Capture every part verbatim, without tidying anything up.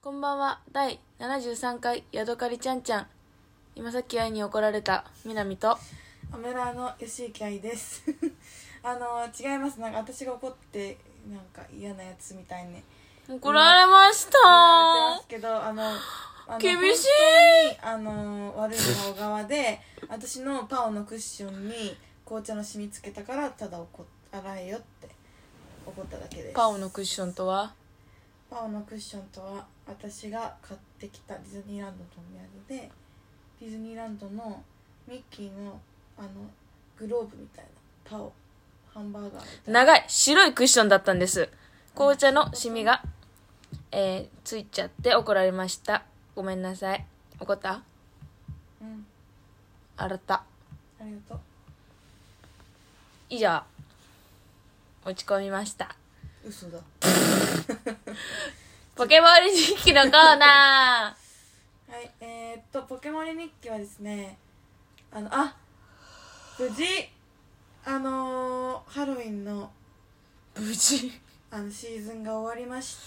こんばんは。だいななじゅうさんかいヤドカリちゃんちゃん。今さっき愛に怒られたみなみとアメラの吉行愛ですあの違います。なんか私が怒ってなんか嫌なやつみたいに怒られました言われてますけど、あのあの厳しい。 本当にあの悪い顔側で私のパオのクッションに紅茶の染みつけたからただ怒っ洗えよって怒っただけです。 パオのクッションとはパオのクッションとは私が買ってきたディズニーランドのお土産で、ディズニーランドのミッキーのあのグローブみたいなパオハンバーガーみたいな長い白いクッションだったんです。紅茶のシミが、えー、ついちゃって怒られました。ごめんなさい。怒った？ うん洗った。 ありがとう。 以上、落ち込みました。 嘘だポケモン日記のコーナはい、えー、っとポケモン日記はですね、あのあ無事あのー、ハロウィンのー。無事。 あのシーズンが終わりまして、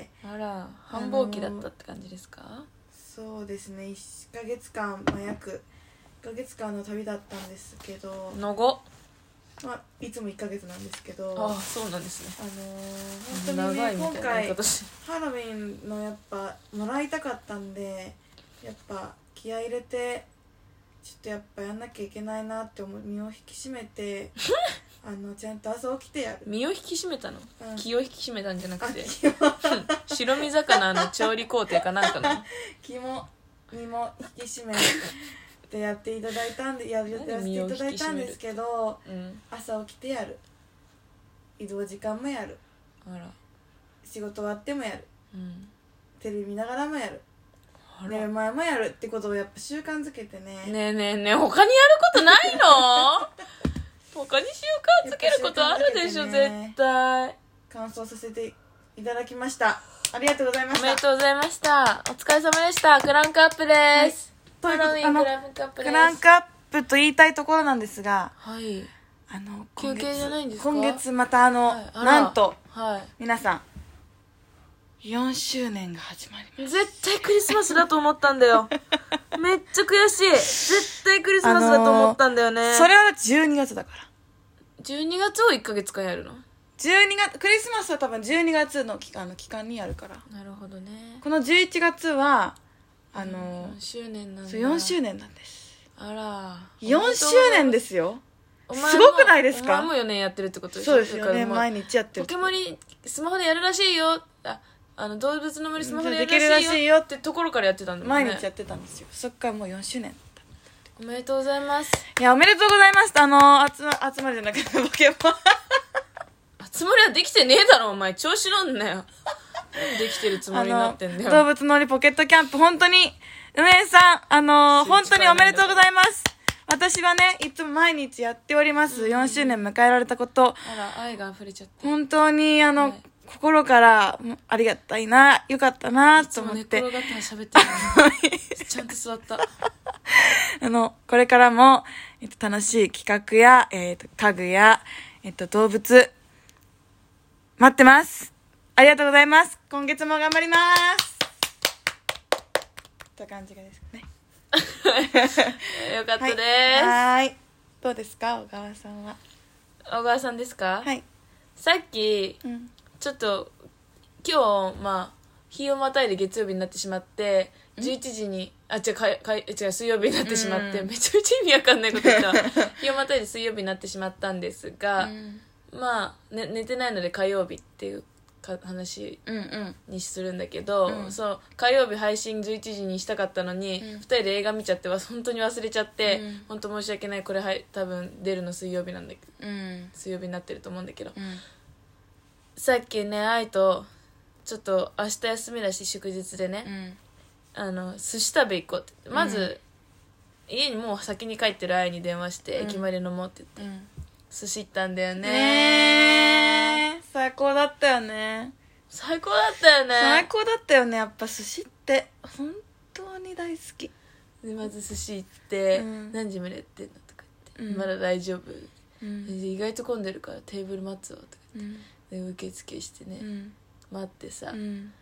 あら、繁忙期だったって感じですか？ そうですね、いっかげつかん、まあ、約いっかげつかんの旅だったんですけど、 長っ。 まあ、いつもいっかげつなんですけど、 ああ、そうなんですね。 あのー、本当にね長いみたいな今回言い方しハロウィンのやっぱもらいたかったんで、やっぱ気合い入れてちょっとやっぱやんなきゃいけないなって思う、身を引き締めてあのちゃんと朝起きてやる。 身を引き締めたの、 うん気を引き締めたんじゃなくてあ気も白身魚の調理工程かなんかの気も身も引き締めてやっていただいたんでややらせていただいたんですけど、 うん朝起きてやる、移動時間もやる、 あら仕事終わってもやる、 うんテレビ見ながらもやる、 あら寝る前もやるってことをやっぱ習慣づけてね。 ねえねえねえ他にやることないの他に習慣つけることあるでしょ、 やっぱ習慣づけてね絶対。 完走させていただきました。ありがとうございまおした。 めでとうございました。お疲れ様でした。クランクアップです、 というハことあのロウィンクランクアップです。 クランクアップと言いたいところなんですが、 はいあの休憩じゃないんですか？ 今月またあの、 はいあらなんとはい皆さんよんしゅうねんが始まります。 絶対クリスマスだと思ったんだよめっちゃ悔しい。絶対クリスマスだと思ったんだよね、 それはじゅうにがつだから。 じゅうにがつをいっかげつかんやるの？ じゅうにがつクリスマスは多分じゅうにがつの期間の期間にやるから、 なるほどね。 このじゅういちがつはあのよんしゅうねんなんだ。 そうよんしゅうねんなんです。 あらよんしゅうねんですよ。 お前もすごくないですか？ お前もよねんやってるってことでしょ？ そうですよね、 だからもう毎日やってる。 ポケモンにスマホでやるらしいよ、ああの動物の森スマホでやできるるらしいよらしいよってところからやってたんだもんね。 毎日やってたんですよ。そっからもうよんしゅうねん。 おめでとうございます。 いや、おめでとうございました。あの集ま集まりじゃなくてポケモンつもりはできてねえだろお前、調子乗んなよ何できてるつもりになってんだよ。 あの動物の森ポケットキャンプ、本当に運営さんあの本当におめでとうございます。私はねいつも毎日やっております、うん、よんしゅうねん迎えられたこと、 あら愛が溢れちゃって本当にあの、はい、心からありがたいな、よかったなと思って。いつも寝転がって喋ってるのにちゃんと座ったあのこれからも、えっと、楽しい企画や、えっと、家具や、えっと、動物待ってます。ありがとうございます。今月も頑張りますという感じがですねよかったです。 はい、どうですか小川さんは。 小川さんですか？ はい。 さっき、うん、ちょっと今日まあ日をまたいで月曜日になってしまってじゅういちじにあ違うかか違う水曜日になってしまって、うん、めちゃめちゃ意味わかんないこと言った日をまたいで水曜日になってしまったんですが、うん、まあ、ね、寝てないので火曜日っていうか話にするんだけど、うんうん、そう火曜日配信じゅういちじにしたかったのに、うん、ふたりで映画見ちゃっては本当に忘れちゃって、うん、本当申し訳ない。これは多分出るの水曜日なんだけど、うん、水曜日になってると思うんだけど、うん、さっきね愛とちょっと明日休みだし祝日でね、うん、あの寿司食べ行こうってまず、うん、家にもう先に帰ってる愛に電話して、うん、駅まで飲もうって言って、うん、寿司行ったんだよね。 ねー最高だったよね。 最高だったよね。 最高だったよね。やっぱ寿司って本当に大好きでまず寿司行って、うん、何時までやってんのとか言って、うん、まだ大丈夫、うん、意外と混んでるからテーブル待つわとか言って、うん、で受付してね、うん、待ってさ、うん、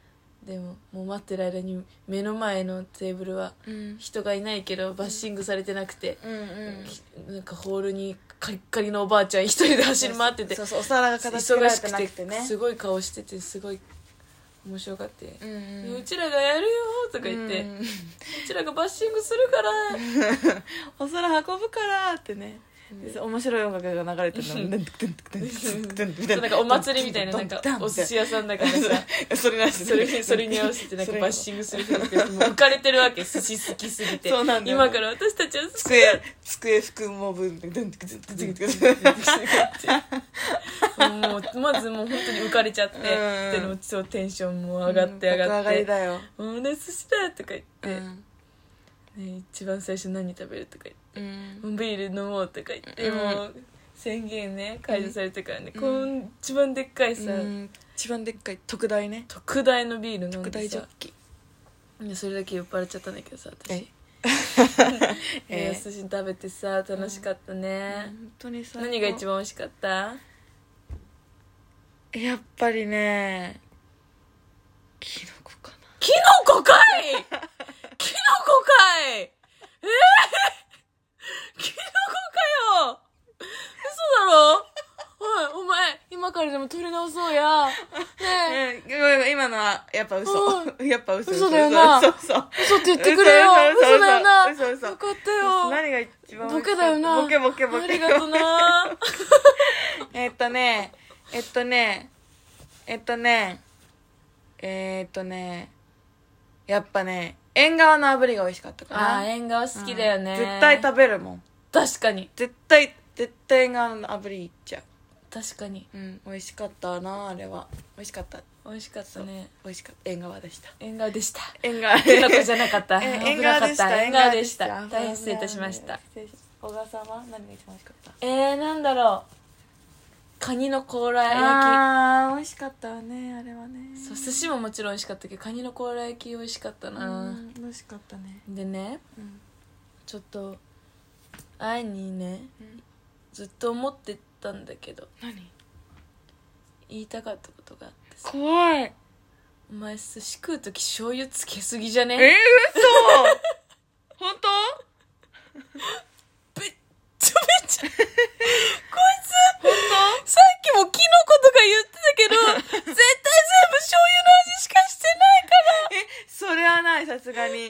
でももう待ってる間に目の前のテーブルはうん人がいないけどバッシングされてなくて、 うんうんなんかホールにカリッカリのおばあちゃん一人で走り回ってて、 そうそう、お皿が片付けられて忙しくてなくてね。 すごい顔しててすごい面白かった、 うんうんうちらがやるよとか言って、ううんちらがバッシングするからお皿運ぶからってね、で面白い音楽が流れてるのみなんかお祭りみたいな、なんかお寿司屋さんだからさそれなしそれにそれに合わせてなんかバッシングする人ってもう浮かれてるわけ、寿司好きすぎて。 そうなんだよ今から私たちは寿司机机服もぶんもうまずもう本当に浮かれちゃって、でも超テンションも上がって上がって、 上がりだよ。 もうね寿司だとか言って、 うんね、一番最初何食べるとか言って、 うんビール飲もうとか言って、 うんもう宣言ね解除されてからね、この一番でっかいさ、 うん一番でっかい特大ね、 特大のビール飲ん特大でさジョッキ。 いやそれだけ酔っ払っちゃったんだけどさ私、 ええー、寿司食べてさ楽しかったね、 本当にさ、 何が一番美味しかった？ やっぱりね、キノコかな。 キノコかいキノコかいえー、キノコかよ嘘だろおいお前今からでも撮り直そうやねえ、 うん、今のはやっぱ嘘。やっぱ嘘。 嘘だよな嘘嘘。 嘘って言ってくれよ嘘嘘嘘だよな嘘嘘よかったよ何が一番美味しかった？ ボケだよなボケボケボケ。 ありがとなえっとね、えっとね、えっとね、えーっとね、やっぱね、縁側の炙りが美味しかったかな。 あー縁側好きだよね、 うん絶対食べるもん。 確かに絶対、絶対縁側の炙りいっちゃ確かにう。うん、美味しかったな、あれは。美味しかった。 美味しかったね。 美味しかった。縁側でした。 縁側でした。 縁側。 キノコじゃなかった。 え危縁なかった。 側でした。 縁側でした。大変失礼いたしました。 失礼し小川さんは何が一番美味しかった？ えー、なんだろう。カニの甲羅焼あー、美味しかったわね、あれはね。 き。そう、寿司ももちろん美味しかったけど、カニの甲羅焼き美味しかったうな。 ん、美味しかったね。 でね、 うん。 ちょっと、愛にね、 うんずっと思ってたんだけど、 何？ 言いたかったことがあってさ。 怖い。 お前寿司食うとき醤油つけすぎじゃね？ えー、嘘本当？ べっちゃめちゃこいつさっきもキノコとか言ってたけど絶対全部醤油の味しかしてないからえ、それはないさすがに。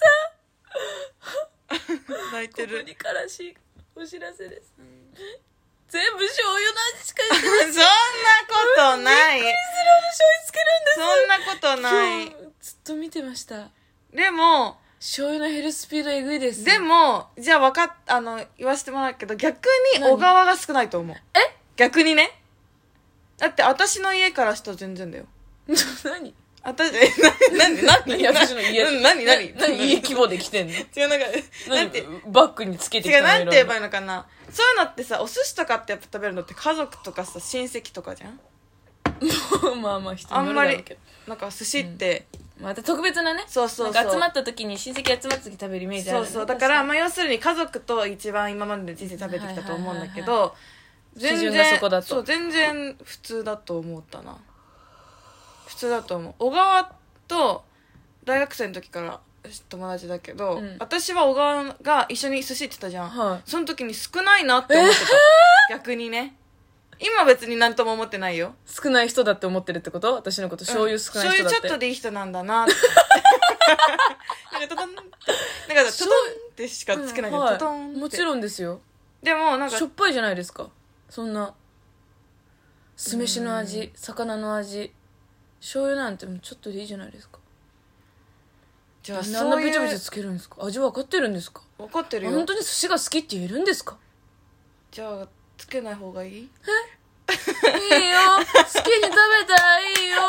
皆さん泣いてる。 ここにからしいお知らせです、うん、全部醤油の味しかしてないそんなことない。 びっくりする醤油つけるんですそんなことない。 今日ずっと見てました。 でも、 醤油の減るスピードえぐいです。 でも、じゃあ分かっ、あの、言わせてもらうけど、逆に小川が少ないと思う。 え逆にね。だって私の家からしたら全然だよ。 何私、え、なに、なに、なに、 私の家なに、なに、 何家規模で来てんの？ 違う、なんか、なんて、 バッグにつけてき違う、 たの？ なんて言えばいいのかな。そういうのってさ、お寿司とかってやっぱ食べるのって家族とかさ、親戚とかじゃん。 まあまあ人あによるだんまりろうけど、 なんか寿司って、 また特別なね、 そうそうそうなんか集まった時に親戚集まった時食べるイメージあるよね。 そうそう。だから、 確まあ要するに家族と一番今までの人生食べてきたと思うんだけはいど、全基準がそこだとそう、全然普通だと思ったな。普通だと思う。小川と大学生の時から友達だけど、 うん私は小川が一緒に寿司行ってたじゃん。 はいその時に少ないなって思ってた。逆にね。今別になんとも思ってないよ。 少ない人だって思ってるってこと？私のこと醤油少ない人だって、 醤油ちょっとでいい人なんだなって。なんかトトンって、なんかトトンってしかつけないけど、 はいトトンって。 もちろんですよ。 でもなんかしょっぱいじゃないですか。そんな酢飯の味、魚の味、醤油なんてもうちょっとでいいじゃないですか。 じゃあなんであんなそういうべちゃべちゃつけるんですか？味分かってるんですか？ 分かってるよ。 本当に寿司が好きって言えるんですか？ じゃあつけない方がいい？ いいよ、好きに食べたらいいよ。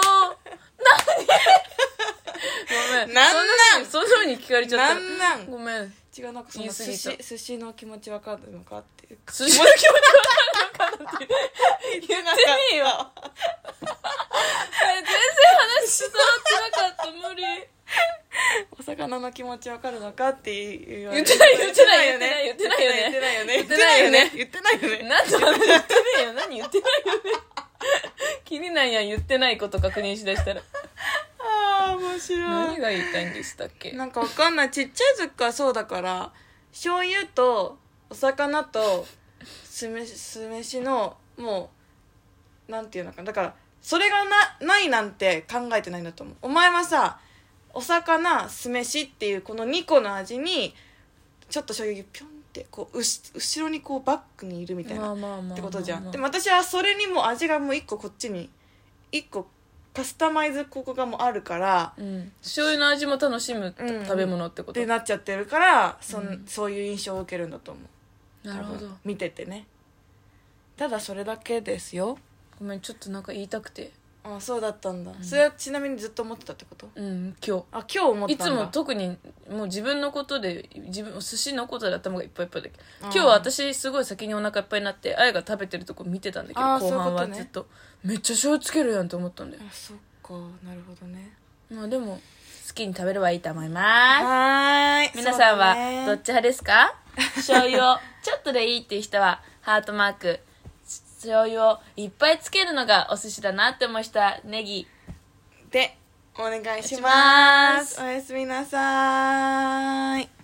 何？ごめん。 なんなんそんな風に聞かれちゃったら。 なんなんごめん。 違う、なんかそ言の寿い過ぎた司寿司の気持ち分かるのかっていう寿司の気持ち分かるのかって言ってねえよ。全然話伝わってなかった。無理。 お魚の気持ち分かるのかって言わ言っれててない言ってないよね言ってないよね言ってないよね言ってないよね言ってないよねなんで話言ってねえよ。何言ってないよね。気になんやん、言ってないこと確認しだしたら。 ああ白い。 何が言いたいんでしたっけ。 なんかわかんない。ちっちゃい時からそうだから、醤油とお魚と酢飯、酢飯の、もう、なんていうのかな。だから、それがな、ないなんて考えてないんだと思う。お前はさ、お魚、酢飯っていうこのにこの味に、ちょっと醤油ピョンってこううし後ろにこうバックにいるみたいなまあまあまあまあまあってことじゃん。でも私はそれにも味がもういっここっちにいっこカスタマイズここがもうあるから、 うん、醤油の味も楽しむうん食べ物ってこと、 ってなっちゃってるからそん、 うんそういう印象を受けるんだと思う。 なるほど。 多分見ててね。ただそれだけですよ。 ごめん、ちょっとなんか言いたくて。 あ、そうだったんだ、 うん、 それはちなみにずっと思ってたってこと？ うん今日あ、今日思ったんだ。 いつも特にもう自分のことで自分寿司のことで頭がいっぱいいっぱいだけど、今日は私すごい先にお腹いっぱいになってあやが食べてるとこ見てたんだけど、 あー後半はそういうことねずっとめっちゃ醤油つけるやんと思ったんだよ。 あ、そっか、なるほどね。 まあでも好きに食べればいいと思います。 はーい。 皆さんはそうだねどっち派ですか？醤油をちょっとでいいっていう人はハートマーク、醤油をいっぱいつけるのがお寿司だなって思う人はネギでお願いしお願いしま。 ますすおやすみなさーい。